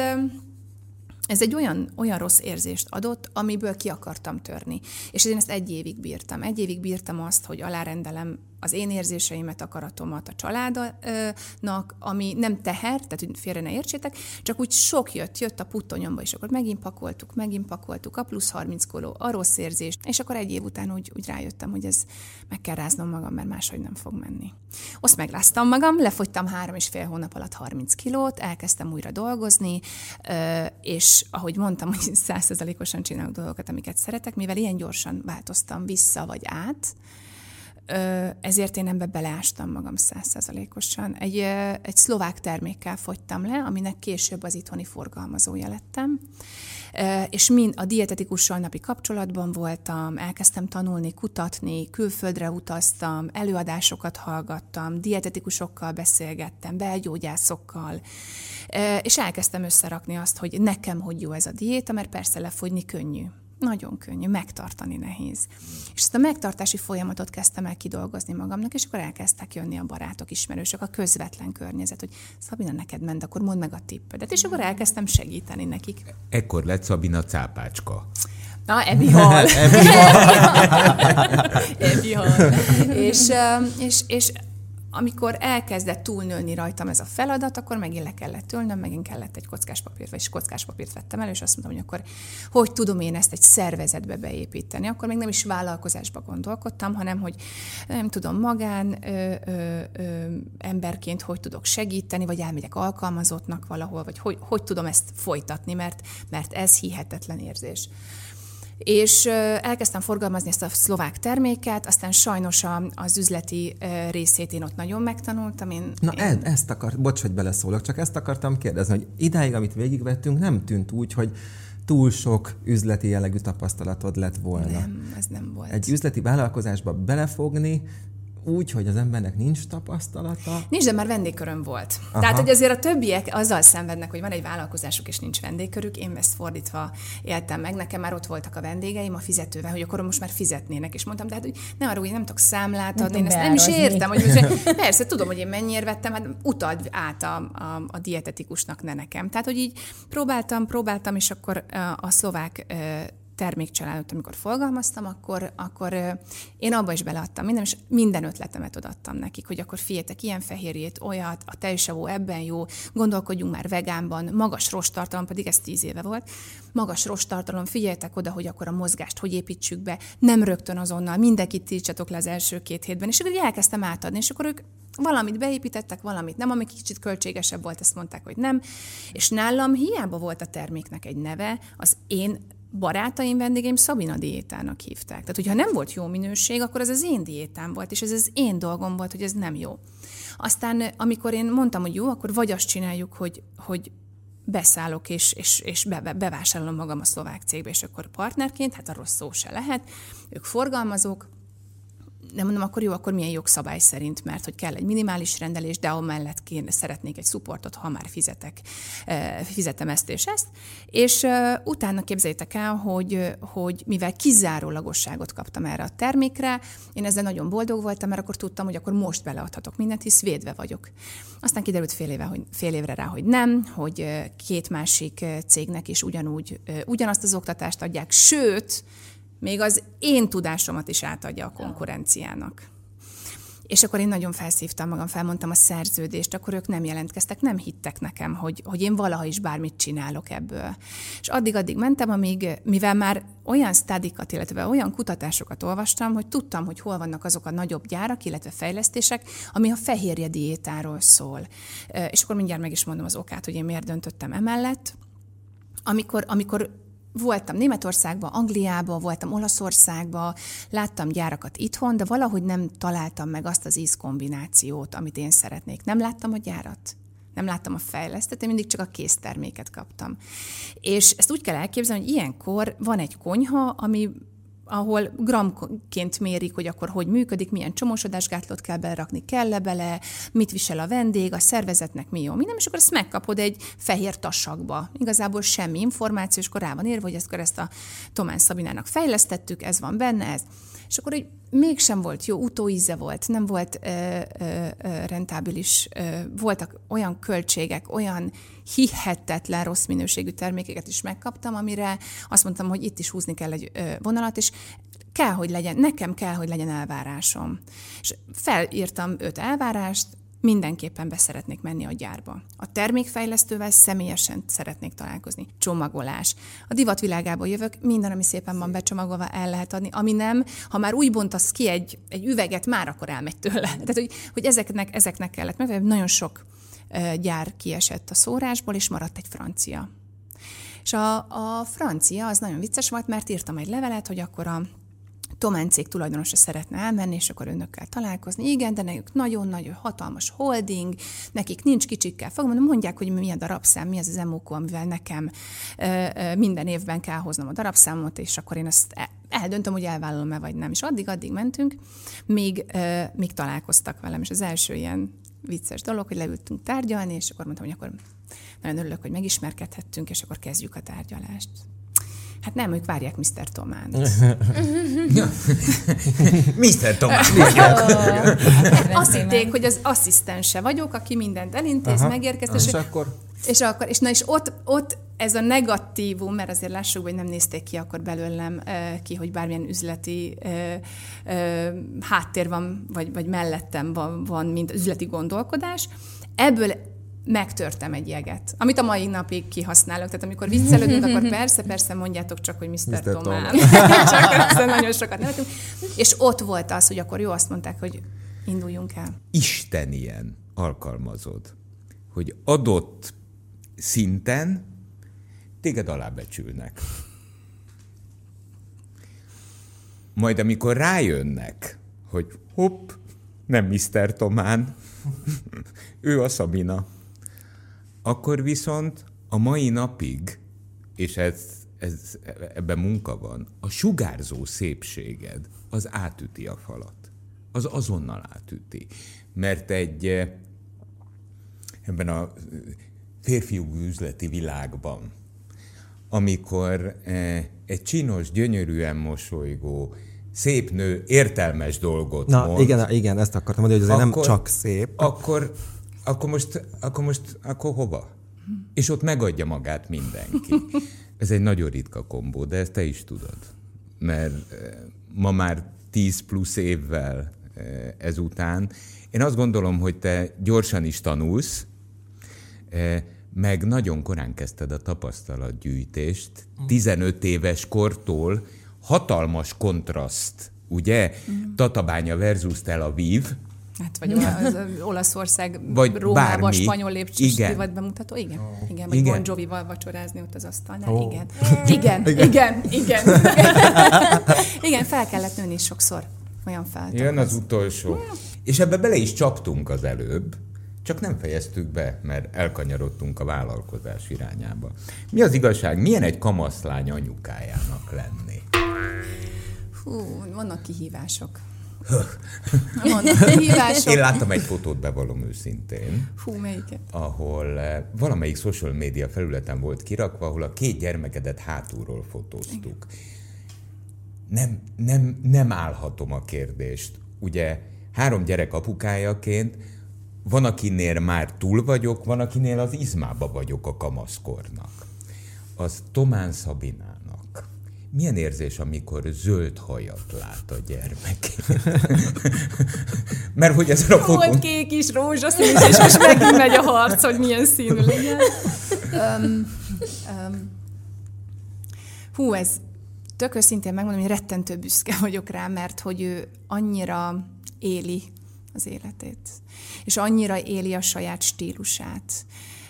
ez egy olyan rossz érzést adott, amiből ki akartam törni. És én ezt 1 évig bírtam. 1 évig bírtam azt, hogy alárendelem az én érzéseimet, akaratomat a családnak, ami nem teher, tehát hogy félre ne értsétek, csak úgy sok jött a puttonyomba, és akkor megint pakoltuk, a plusz 30 kiló, a rossz érzés, és akkor 1 év után úgy rájöttem, hogy ez meg kell ráznom magam, mert máshogy nem fog menni. Azt megráztam magam, lefogytam 3,5 hónap alatt 30 kilót, elkezdtem újra dolgozni, és ahogy mondtam, hogy 100%-osan csinálok dolgokat, amiket szeretek, mivel ilyen gyorsan változtam vissza vagy át, ezért én ebbe beleástam magam 100%-osan. Egy szlovák termékkel fogytam le, aminek később az itthoni forgalmazója lettem, és a dietetikussal napi kapcsolatban voltam, elkezdtem tanulni, kutatni, külföldre utaztam, előadásokat hallgattam, dietetikusokkal beszélgettem, belgyógyászokkal, és elkezdtem összerakni azt, hogy nekem hogy jó ez a diéta, mert persze lefogyni könnyű. Nagyon könnyű, megtartani nehéz. És ezt a megtartási folyamatot kezdtem el kidolgozni magamnak, és akkor elkezdtek jönni a barátok, ismerősök, a közvetlen környezet, hogy Szabina, neked ment, akkor mondd meg a tippedet. És akkor elkezdtem segíteni nekik. Ekkor lett Szabina cápácska. Na, Ebi-hal. És amikor elkezdett túlnőni rajtam ez a feladat, akkor megint le kellett ülnöm, megint kellett egy kockáspapírt, vagyis kockáspapírt vettem elő, és azt mondtam, hogy akkor hogy tudom én ezt egy szervezetbe beépíteni. Akkor még nem is vállalkozásba gondolkodtam, hanem hogy nem tudom, magán emberként hogy tudok segíteni, vagy elmegyek alkalmazottnak valahol, vagy hogy tudom ezt folytatni, mert ez hihetetlen érzés. És elkezdtem forgalmazni ezt a szlovák terméket, aztán sajnos az üzleti részét én ott nagyon megtanultam. Bocs, hogy beleszólok, csak ezt akartam kérdezni, hogy idáig, amit végigvettünk, nem tűnt úgy, hogy túl sok üzleti jellegű tapasztalatod lett volna. Nem, ez nem volt. Egy üzleti vállalkozásba belefogni, úgy, hogy az embernek nincs tapasztalata? Nincs, de már vendégköröm volt. Aha. Tehát, hogy azért a többiek azzal szenvednek, hogy van egy vállalkozásuk és nincs vendégkörük. Én ezt fordítva éltem meg. Nekem már ott voltak a vendégeim a fizetővel, hogy akkor most már fizetnének. És mondtam, de hát, hogy ne arra, hogy nem tudok számlát adni. Én ezt nem is értem. Hogy most, persze, tudom, hogy én mennyiért vettem, hát utald át a dietetikusnak, ne nekem. Tehát, hogy így próbáltam, és akkor a szlovák termékcsaládot, amikor forgalmaztam, akkor én abba is beleadtam és minden ötletemet odaadtam nekik, hogy akkor figyeljetek, ilyen fehérjét, olyat, a tejsavó ebben jó, gondolkodjunk már vegánban, magas rosttartalom, pedig ez 10 éve volt, magas rosttartalom, figyeljetek oda, hogy akkor a mozgást hogy építsük be, nem rögtön azonnal, mindenkit tiltsatok le az első 2 hétben, és akkor elkezdtem átadni, és akkor ők valamit beépítettek, valamit nem, ami kicsit költségesebb volt, ezt mondták, hogy nem, és nálam hiába volt a terméknek egy neve, az én barátaim, vendégeim Szabina diétának hívták. Tehát, hogyha nem volt jó minőség, akkor ez az én diétám volt, és ez az én dolgom volt, hogy ez nem jó. Aztán, amikor én mondtam, hogy jó, akkor vagy azt csináljuk, hogy beszállok, és bevásárolom magam a szlovák cégbe, és akkor partnerként, hát arról szó se lehet, ők forgalmazók, de mondom, akkor jó, akkor milyen jogszabály szerint, mert hogy kell egy minimális rendelés, de amellett szeretnék egy supportot, ha már fizetem ezt és ezt. És utána képzeljétek el, hogy mivel kizárólagosságot kaptam erre a termékre, én ezzel nagyon boldog voltam, mert akkor tudtam, hogy akkor most beleadhatok mindent, hisz védve vagyok. Aztán kiderült fél évre rá, hogy nem, hogy 2 másik cégnek is ugyanazt az oktatást adják, sőt, még az én tudásomat is átadja a konkurenciának. És akkor én nagyon felszívtam magam, felmondtam a szerződést, akkor ők nem jelentkeztek, nem hittek nekem, hogy én valaha is bármit csinálok ebből. És addig mentem, amíg, mivel már olyan sztádikat, illetve olyan kutatásokat olvastam, hogy tudtam, hogy hol vannak azok a nagyobb gyárak, illetve fejlesztések, ami a fehérje diétáról szól. És akkor mindjárt meg is mondom az okát, hogy én miért döntöttem emellett. Amikor voltam Németországban, Angliában, voltam Olaszországban, láttam gyárakat itthon, de valahogy nem találtam meg azt az ízkombinációt, amit én szeretnék. Nem láttam a gyárat, nem láttam a fejlesztést, én mindig csak a készterméket kaptam. És ezt úgy kell elképzelni, hogy ilyenkor van egy konyha, ahol gramként mérik, hogy akkor hogy működik, milyen csomósodásgátlót kell belerakni, kell-e bele, mit visel a vendég, a szervezetnek mi jó, minden, és akkor ezt megkapod egy fehér tasakba. Igazából semmi információ, és akkor rá van írva, hogy ezt a Tomán Szabinának fejlesztettük, ez van benne, ez. És akkor hogy mégsem volt jó, utóíze volt, nem volt rentábilis, voltak olyan költségek, olyan hihetetlen rossz minőségű termékeket is megkaptam, amire azt mondtam, hogy itt is húzni kell egy vonalat, és nekem kell, hogy legyen elvárásom. És felírtam 5 elvárást, mindenképpen beszeretnék menni a gyárba. A termékfejlesztővel személyesen szeretnék találkozni. Csomagolás. A divatvilágából jövök, minden, ami szépen van becsomagolva, el lehet adni. Ami nem, ha már úgy bontasz ki egy üveget, már akkor elmegy tőle. Tehát, hogy ezeknek kellett meg. Nagyon sok gyár kiesett a szórásból, és maradt egy francia. És a francia az nagyon vicces volt, mert írtam egy levelet, hogy akkor a Tomán cég tulajdonosa szeretne elmenni, és akkor önökkel találkozni. Igen, de nekik nagyon-nagyon hatalmas holding, nekik nincs kicsikkel fogom, mondják, hogy mi a darabszám, mi az az emókó, amivel nekem minden évben kell hoznom a darabszámot, és akkor én ezt eldöntöm, hogy elvállalom-e vagy nem. És addig mentünk, míg találkoztak velem, és az első ilyen vicces dolog, hogy leültünk tárgyalni, és akkor mondtam, hogy akkor nagyon örülök, hogy megismerkedhettünk, és akkor kezdjük a tárgyalást. Hát nem, ők várják Mr. Tománt. Mr. Tomán vagyok. Azt hitték, hogy az asszisztense vagyok, aki mindent elintéz, megérkezt. És ott ez a negatívum, mert azért lássuk, hogy nem nézték ki akkor belőlem hogy bármilyen üzleti háttér van, vagy mellettem van, mint üzleti gondolkodás. Ebből megtörtem egy jeget, amit a mai napig kihasználok. Tehát amikor viccelődünk, akkor persze mondjátok csak, hogy Mr. Tomán. Csak ezzel nagyon sokat nevetünk. És ott volt az, hogy akkor jó, azt mondták, hogy induljunk el. Isten ilyen alkalmazod, hogy adott szinten téged alábecsülnek. Majd amikor rájönnek, hogy hopp, nem Mr. Tomán, ő a Szabina, akkor viszont a mai napig, és ebben munka van, a sugárzó szépséged az átüti a falat. az azonnal átüti. Mert ebben a férfiú üzleti világban, amikor egy csinos, gyönyörűen mosolygó, szép nő értelmes dolgot mond. Igen, ezt akartam mondani, hogy azért nem csak szép. Akkor hova? És ott megadja magát mindenki. Ez egy nagyon ritka kombó, de ezt te is tudod. Mert ma már 10 plusz évvel ezután én azt gondolom, hogy te gyorsan is tanulsz, meg nagyon korán kezdted a tapasztalatgyűjtést. 15 éves kortól hatalmas kontraszt, ugye? Tatabánya versus Tel Aviv. Hát, vagy az Olaszország, Rómában, spanyol lépcsős vagy bemutató. Igen, vagy Bon Jovival vacsorázni ott az asztalnál. Igen. Igen, fel kellett nőni sokszor. Olyan feltett. Jön az utolsó. És ebbe bele is csaptunk az előbb, csak nem fejeztük be, mert elkanyarodtunk a vállalkozás irányába. Mi az igazság? Milyen egy kamaszlány anyukájának lenni? Vannak kihívások. Én láttam egy fotót, bevallom őszintén. Melyiket? Ahol valamelyik social media felületen volt kirakva, ahol a 2 gyermekedet hátulról fotóztuk. Nem állhatom a kérdést. Ugye 3 gyerek apukájaként van, akinél már túl vagyok, van, akinél az izmába vagyok a kamaszkornak. Az Tomán Szabinának milyen érzés, amikor zöld hajat lát a gyermekén? Mert hogy ezen a fotón... Volt kék is, rózsaszín is, és most megint megy a harc, hogy milyen színű legyen. Ez tök őszintén megmondom, hogy rettentő büszke vagyok rá, mert hogy ő annyira éli az életét, és annyira éli a saját stílusát.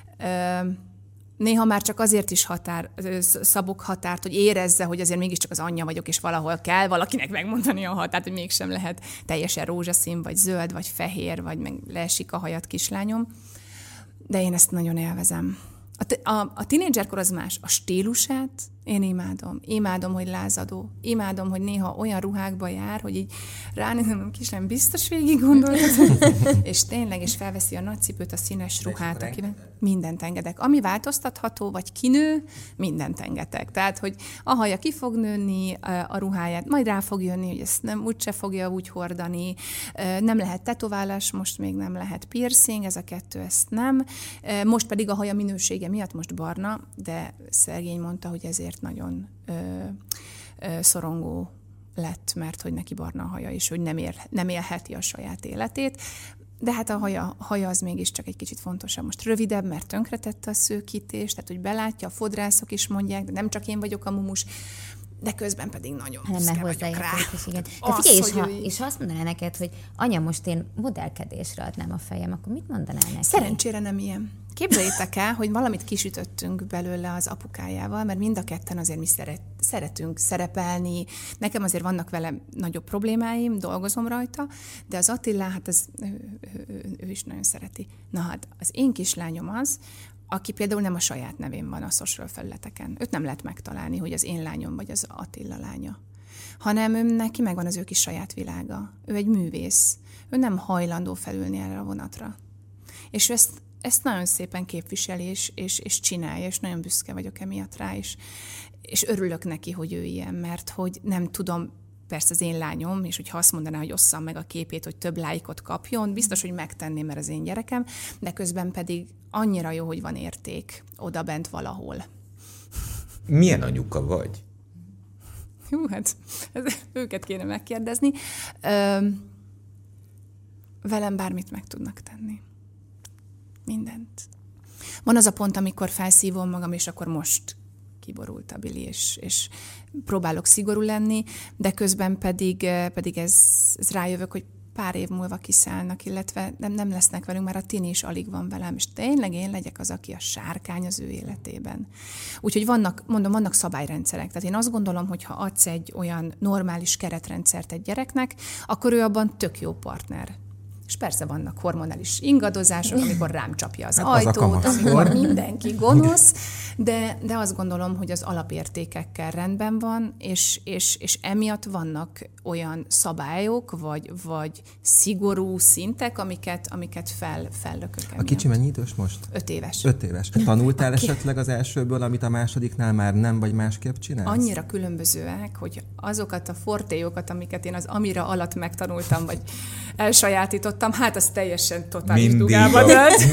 Néha már csak azért is szabok határt, hogy érezze, hogy azért mégiscsak az anyja vagyok, és valahol kell valakinek megmondani a határt, hogy mégsem lehet teljesen rózsaszín, vagy zöld, vagy fehér, vagy meg leesik a hajat, kislányom. De én ezt nagyon élvezem. A tínédzserkor az más. A stílusát én imádom. Imádom, hogy lázadó. Imádom, hogy néha olyan ruhákba jár, hogy így ránézem, a kislány biztos végig gondolkodom, és tényleg, és felveszi a nagycipőt, a színes ruhát, akivel mindent engedek. Ami változtatható, vagy kinő, mindent engedek. Tehát, hogy a haja ki fog nőni, a ruháját majd rá fog jönni, hogy ezt nem úgyse fogja úgy hordani. Nem lehet tetoválás, most még nem lehet piercing, ez a 2, ezt nem. Most pedig a haja minősége miatt most barna, de Szergény mondta, hogy ezért nagyon szorongó lett, mert hogy neki barna a haja, és hogy nem élheti a saját életét. De hát a haja az mégiscsak egy kicsit fontosabb. Most rövidebb, mert tönkretette a szőkítést, tehát hogy belátja, a fodrászok is mondják, de nem csak én vagyok a mumus, de közben pedig nagyon büszke vagyok rá. Igen. De figyelj, és ha azt mondaná neked, hogy anya, most én modellkedésre adnám a fejem, akkor mit mondanál neki? Szerencsére nem ilyen. Képzeljétek el, hogy valamit kisütöttünk belőle az apukájával, mert mind a ketten azért mi szeretünk szerepelni. Nekem azért vannak vele nagyobb problémáim, dolgozom rajta, de az Attila, hát ő is nagyon szereti. Na hát, az én kislányom az, aki például nem a saját nevén van a social felületeken. Őt nem lehet megtalálni, hogy az én lányom vagy az Attila lánya. Hanem neki megvan az ő kis saját világa. Ő egy művész. Ő nem hajlandó felülni erre a vonatra. És ő ezt nagyon szépen képviseli, és csinálja, és nagyon büszke vagyok emiatt rá, és örülök neki, hogy ő ilyen, mert hogy nem tudom, persze az én lányom, és hogyha azt mondaná, hogy osszam meg a képét, hogy több lájkot kapjon, biztos, hogy megtenném, mert az én gyerekem, de közben pedig annyira jó, hogy van érték odabent valahol. Milyen anyuka vagy? Hát őket kéne megkérdezni. Velem bármit meg tudnak tenni. Mindent. Van az a pont, amikor felszívom magam, és akkor most kiborult a Bili, és próbálok szigorú lenni, de közben pedig ez rájövök, hogy pár év múlva kiszállnak, illetve nem lesznek velünk, már a Tini is alig van velem, és tényleg én legyek az, aki a sárkány az ő életében. Úgyhogy vannak szabályrendszerek. Tehát én azt gondolom, hogy ha adsz egy olyan normális keretrendszert egy gyereknek, akkor ő abban tök jó partner. És persze vannak hormonális ingadozások, amikor rám csapja az ajtót, amikor mindenki gonosz, De azt gondolom, hogy az alapértékekkel rendben van, és emiatt vannak olyan szabályok, vagy szigorú szintek, amiket fellökök. A kicsi mennyi idős most? 5 éves. 5 éves. Tanultál esetleg az elsőből, amit a másodiknál már nem, vagy másképp csinálsz? Annyira különbözőek, hogy azokat a fortéjokat, amiket én az Amira alatt megtanultam, vagy elsajátítottam, hát az teljesen totális dugába dölt.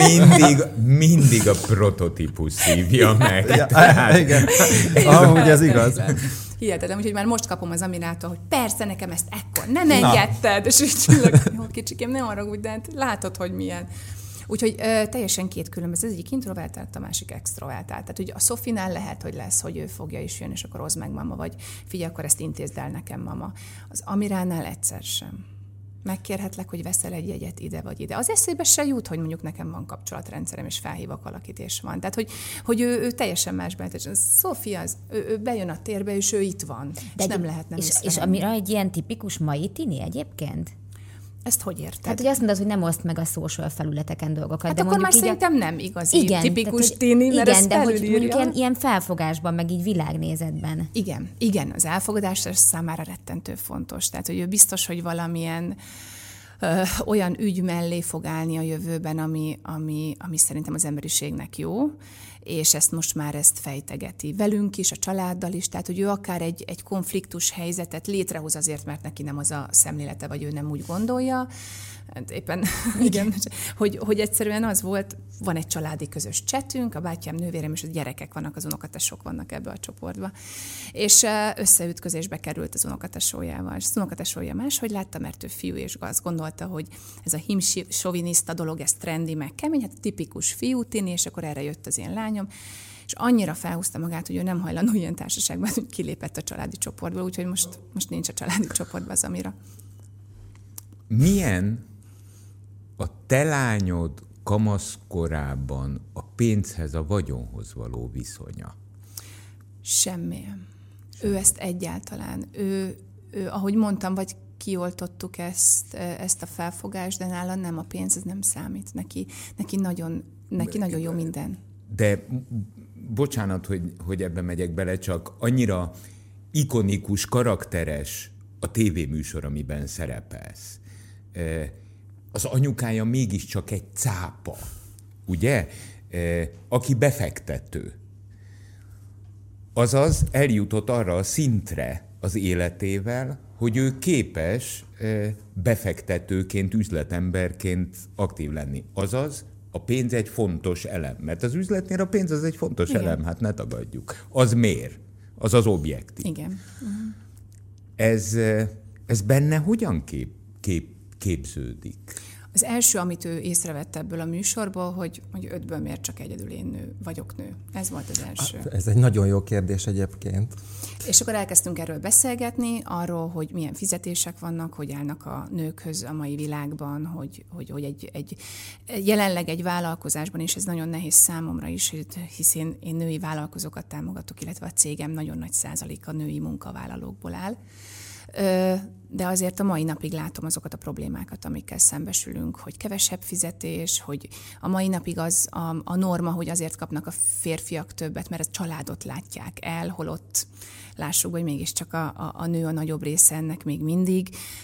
Mindig a prototípus szívja meg. Igen, ahogy ez igaz. Hihetetlen, úgyhogy már most kapom az Amirától, hogy persze nekem ezt ekkor nem engedted, és úgy csillog, jó kicsikém, ne haragudj, de hát látod, hogy milyen. Úgyhogy teljesen 2 különböző, az egyik introvertált, a másik extrovertált. Tehát ugye a Sofinál lehet, hogy lesz, hogy ő fogja is jön, és akkor hozd meg mama, vagy figyelj, akkor ezt intézd el nekem mama. Az Amiránál egyszer sem. Megkérhetlek, hogy veszel egy jegyet ide vagy ide. Az eszébe se jut, hogy mondjuk nekem van kapcsolatrendszerem, és felhívok valakit, és van. Tehát, hogy ő teljesen más benne. Szófia, ő bejön a térbe, és ő itt van. De és nem lehet nem és Amira egy ilyen tipikus mai tini egyébként? Ezt hogy érted? Hát ugye azt mondod, hogy nem oszt meg a social felületeken dolgokat. Hát de akkor már szerintem nem igazi tipikus tini, mert igen, de hogy mondjuk ilyen felfogásban, meg így világnézetben. Igen, az elfogadás számára rettentő fontos. Tehát, hogy ő biztos, hogy valamilyen olyan ügy mellé fog állni a jövőben, ami szerintem az emberiségnek jó, és most már fejtegeti velünk is, a családdal is, tehát hogy ő akár egy konfliktus helyzetet létrehoz azért, mert neki nem az a szemlélete, vagy ő nem úgy gondolja. Hát éppen, igen, hogy egyszerűen az volt, van egy családi közös csetünk, a bátyám, nővérem és a gyerekek vannak, az unokatesók vannak ebbe a csoportba. És összeütközésbe került az unokatesójával. És az unokatesója máshogy látta, mert ő fiú, és azt gondolta, hogy ez a himsoviniszta dolog, ez trendi, meg kemény, hát tipikus fiútini, és akkor erre jött az én lányom. És annyira felhúzta magát, hogy ő nem hajlandó ilyen társaságban, hogy kilépett a családi csoportból, úgyhogy most nincs a családi csoportban az Amira. Milyen a te lányod kamaszkorában a pénzhez, a vagyonhoz való viszonya? Semmilyen. Ő ezt egyáltalán. Ő, ahogy mondtam, vagy kioltottuk ezt a felfogást, de nála nem, a pénz, ez nem számít. Neki nagyon jó minden. De bocsánat, hogy ebbe megyek bele, csak annyira ikonikus, karakteres a tévéműsor, amiben szerepelsz. Az anyukája mégiscsak egy cápa, ugye? Aki befektető. Azaz eljutott arra a szintre az életével, hogy ő képes befektetőként, üzletemberként aktív lenni. Azaz a pénz egy fontos elem. Mert az üzletnél a pénz az egy fontos elem, hát ne tagadjuk. Az mér. Az az objektív. Igen. Ez benne hogyan képződik? Az első, amit ő észrevett ebből a műsorból, hogy 5-ből miért csak egyedül én vagyok nő. Ez volt az első. Ez egy nagyon jó kérdés egyébként. És akkor elkezdtünk erről beszélgetni, arról, hogy milyen fizetések vannak, hogy állnak a nőkhöz a mai világban, hogy jelenleg egy vállalkozásban, és ez nagyon nehéz számomra is, hiszen én női vállalkozókat támogatok, illetve a cégem nagyon nagy százaléka női munkavállalókból áll. De azért a mai napig látom azokat a problémákat, amikkel szembesülünk, hogy kevesebb fizetés, hogy a mai napig az a norma, hogy azért kapnak a férfiak többet, mert a családot látják el, holott lássuk, hogy mégiscsak a nő a nagyobb része ennek még mindig.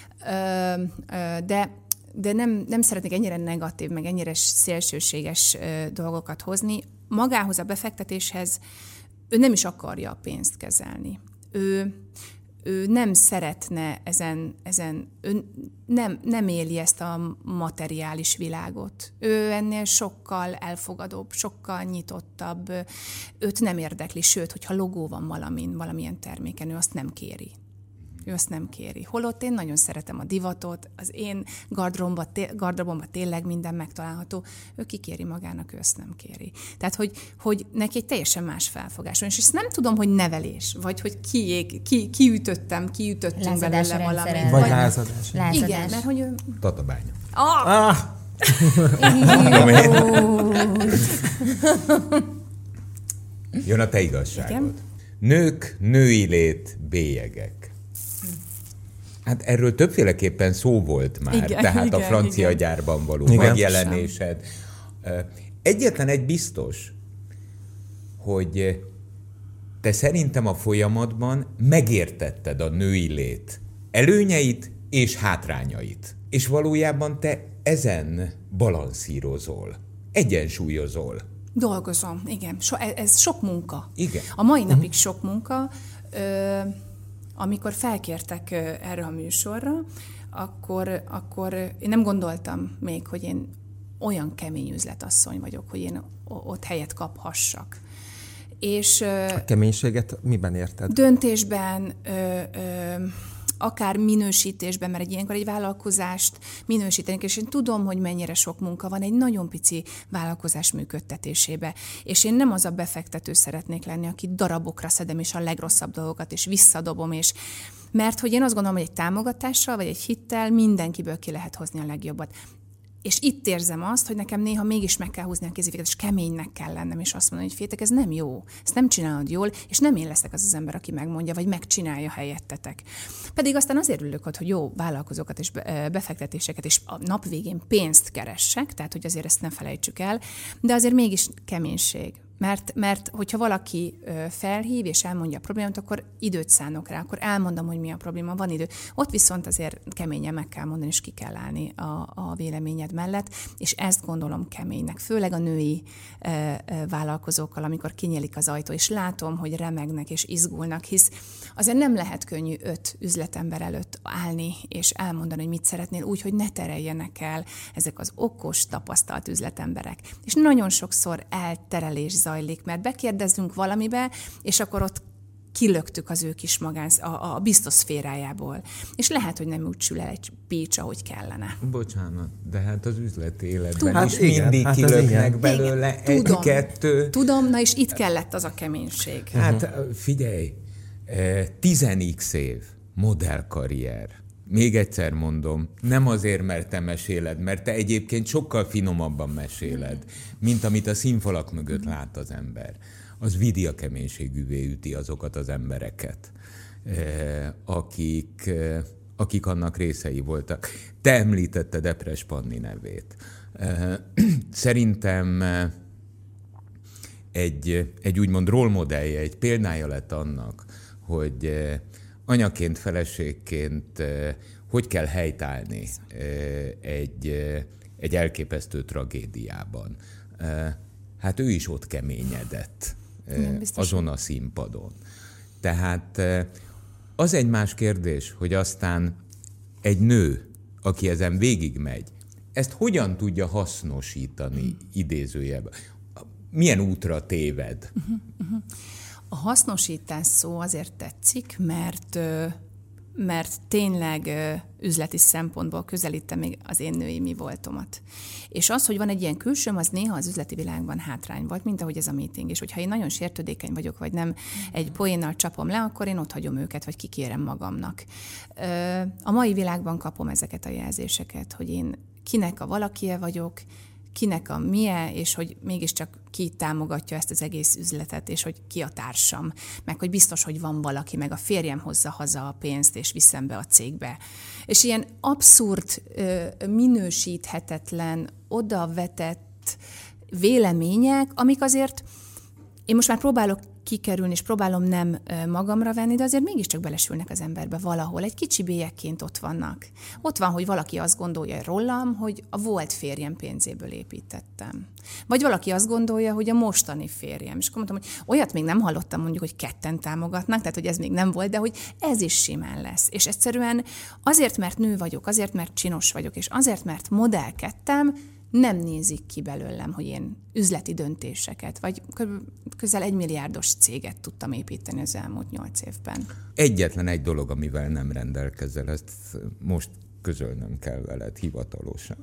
De nem szeretnék ennyire negatív, meg ennyire szélsőséges dolgokat hozni. Magához a befektetéshez ő nem is akarja a pénzt kezelni. Ő nem szeretne ő nem éli ezt a materiális világot. Ő ennél sokkal elfogadóbb, sokkal nyitottabb. Őt nem érdekli, sőt, hogyha logó van valamilyen terméken, ő azt nem kéri. Holott én nagyon szeretem a divatot, az én gardrobomban tényleg minden megtalálható, ő kikéri magának, ő azt nem kéri. Tehát, hogy neki egy teljesen más felfogás van, és ezt nem tudom, hogy nevelés, vagy hogy kiütöttünk belőle valamit. Vagy lázadás. Igen, mert hogy ő... Tatabánya. Jön a te igazságod. Igen? Nők, női lét, bélyegek. Hát erről többféleképpen szó volt már, tehát a francia gyárban való megjelenésed. Egyetlen egy biztos, hogy te szerintem a folyamatban megértetted a női lét előnyeit és hátrányait. És valójában te ezen balanszírozol, egyensúlyozol. Dolgozom, igen. Ez sok munka. Igen. A mai napig sok munka. Amikor felkértek erre a műsorra, akkor én nem gondoltam még, hogy én olyan kemény üzletasszony vagyok, hogy én ott helyet kaphassak. És a keménységet miben érted? Döntésben, akár minősítésben, mert ilyenkor egy vállalkozást minősíteni, és én tudom, hogy mennyire sok munka van egy nagyon pici vállalkozás működtetésébe. És én nem az a befektető szeretnék lenni, aki darabokra szedem, és a legrosszabb dolgokat, és visszadobom, mert hogy én azt gondolom, hogy egy támogatással, vagy egy hittel mindenkiből ki lehet hozni a legjobbat. És itt érzem azt, hogy nekem néha mégis meg kell húzni a kéziféket, és keménynek kell lennem, és azt mondani, hogy fétek, ez nem jó, ezt nem csinálod jól, és nem én leszek az ember, aki megmondja, vagy megcsinálja helyettetek. Pedig aztán azért ülök ott, hogy jó vállalkozókat és befektetéseket, és a nap végén pénzt keressek, tehát hogy azért ezt ne felejtsük el, de azért mégis keménység. Mert hogyha valaki felhív és elmondja a problémát, akkor időt szánok rá, akkor elmondom, hogy mi a probléma, van idő. Ott viszont azért keményen meg kell mondani, és ki kell állni a véleményed mellett, és ezt gondolom keménynek, főleg a női vállalkozókkal, amikor kinyílik az ajtó, és látom, hogy remegnek és izgulnak, hisz azért nem lehet könnyű 5 üzletember előtt állni, és elmondani, hogy mit szeretnél, úgy, hogy ne tereljenek el ezek az okos, tapasztalt üzletemberek. És nagyon sokszor elterelés zajlik, mert bekérdezzünk valamibe, és akkor ott kilöktük az ő kis a biztos szférájából. És lehet, hogy nem úgy sül el egy pitch, ahogy kellene. Bocsánat, de hát az üzleti életben hát is igen, mindig kilöknek belőle egy-kettő. Tudom, na és itt kellett az a keménység. Hát figyelj, 10x év modellkarrier. Még egyszer mondom, nem azért, mert te meséled, mert te egyébként sokkal finomabban meséled, mint amit a színfalak mögött lát az ember. Az vidi a keménységűvé üti azokat az embereket, akik annak részei voltak. Te említetted Epres Panni nevét. Szerintem egy úgymond rollmodellje, egy példája lett annak, hogy anyaként, feleségként hogy kell helytállni egy elképesztő tragédiában. Hát ő is ott keményedett azon a színpadon. Tehát az egy más kérdés, hogy aztán egy nő, aki ezen végigmegy, ezt hogyan tudja hasznosítani idézőjelben? Milyen útra téved? A hasznosítás szó azért tetszik, mert tényleg üzleti szempontból közelítem még az én női mi voltomat. És az, hogy van egy ilyen külsőm, az néha az üzleti világban hátrány volt, mint ahogy ez a meeting. És hogyha én nagyon sértődékeny vagyok, vagy nem egy poénnal csapom le, akkor én ott hagyom őket, vagy kikérem magamnak. A mai világban kapom ezeket a jelzéseket, hogy én kinek a valakie vagyok, kinek a milyen, és hogy mégiscsak ki támogatja ezt az egész üzletet, és hogy ki a társam, meg hogy biztos, hogy van valaki, meg a férjem hozza haza a pénzt, és viszem be a cégbe. És ilyen abszurd, minősíthetetlen, odavetett vélemények, amik azért, én most már próbálok kikerülni, és próbálom nem magamra venni, de azért mégiscsak belesülnek az emberbe valahol. Egy kicsi bélyekként ott vannak. Ott van, hogy valaki azt gondolja rólam, hogy a volt férjem pénzéből építettem. Vagy valaki azt gondolja, hogy a mostani férjem. És akkor mondtam, hogy olyat még nem hallottam, mondjuk, hogy ketten támogatnak, tehát hogy ez még nem volt, de hogy ez is simán lesz. És egyszerűen azért, mert nő vagyok, azért, mert csinos vagyok, és azért, mert modellkedtem, nem nézik ki belőlem, hogy én üzleti döntéseket, vagy közel 1 milliárdos céget tudtam építeni az elmúlt 8 évben. Egyetlen egy dolog, amivel nem rendelkezel, ezt most közölnöm kell veled hivatalosan.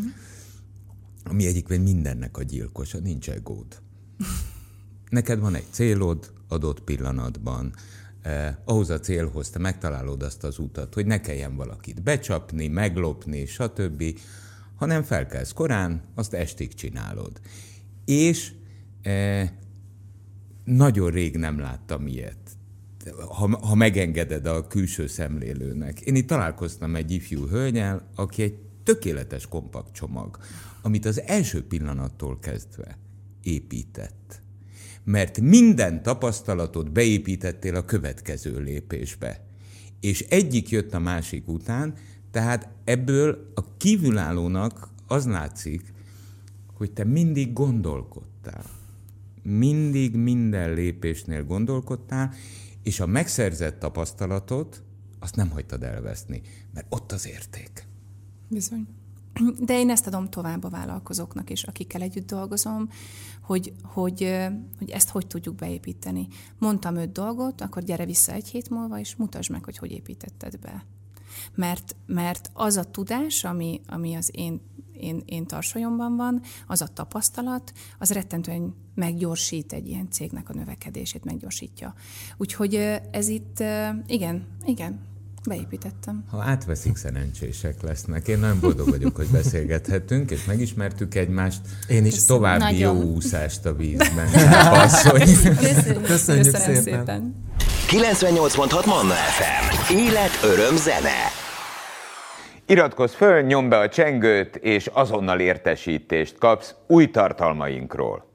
Ami egyébként mindennek a gyilkosa, nincs egód. Neked van egy célod adott pillanatban, ahhoz a célhoz te megtalálod azt az utat, hogy ne kelljen valakit becsapni, meglopni, stb., hanem felkelsz korán, azt estig csinálod. És nagyon rég nem láttam ilyet, ha megengeded a külső szemlélőnek. Én itt találkoztam egy ifjú hölgyel, aki egy tökéletes kompakt csomag, amit az első pillanattól kezdve épített. mert minden tapasztalatot beépítettél a következő lépésbe. És egyik jött a másik után, tehát ebből a kívülállónak az látszik, hogy te mindig gondolkodtál. Mindig minden lépésnél gondolkodtál, és a megszerzett tapasztalatot azt nem hagytad elveszni, mert ott az érték. Bizony. De én ezt adom tovább a vállalkozóknak is, akikkel együtt dolgozom, hogy ezt hogy tudjuk beépíteni. Mondtam 5 dolgot, akkor gyere vissza 1 hét múlva, és mutasd meg, hogy építetted be. Mert az a tudás, ami az én tarsolyomban van, az a tapasztalat, az rettentően meggyorsít egy ilyen cégnek a növekedését, meggyorsítja. Úgyhogy ez itt, igen, beépítettem. Ha átveszik, szerencsések lesznek. Én nagyon boldog vagyok, hogy beszélgethetünk, és megismertük egymást. Én is. További nagyon jó úszást a vízben. Asszony. Köszönjük szépen. 98.6 Manna FM. Élet, öröm, zene. Iratkozz föl, nyomd be a csengőt, és azonnal értesítést kapsz új tartalmainkról.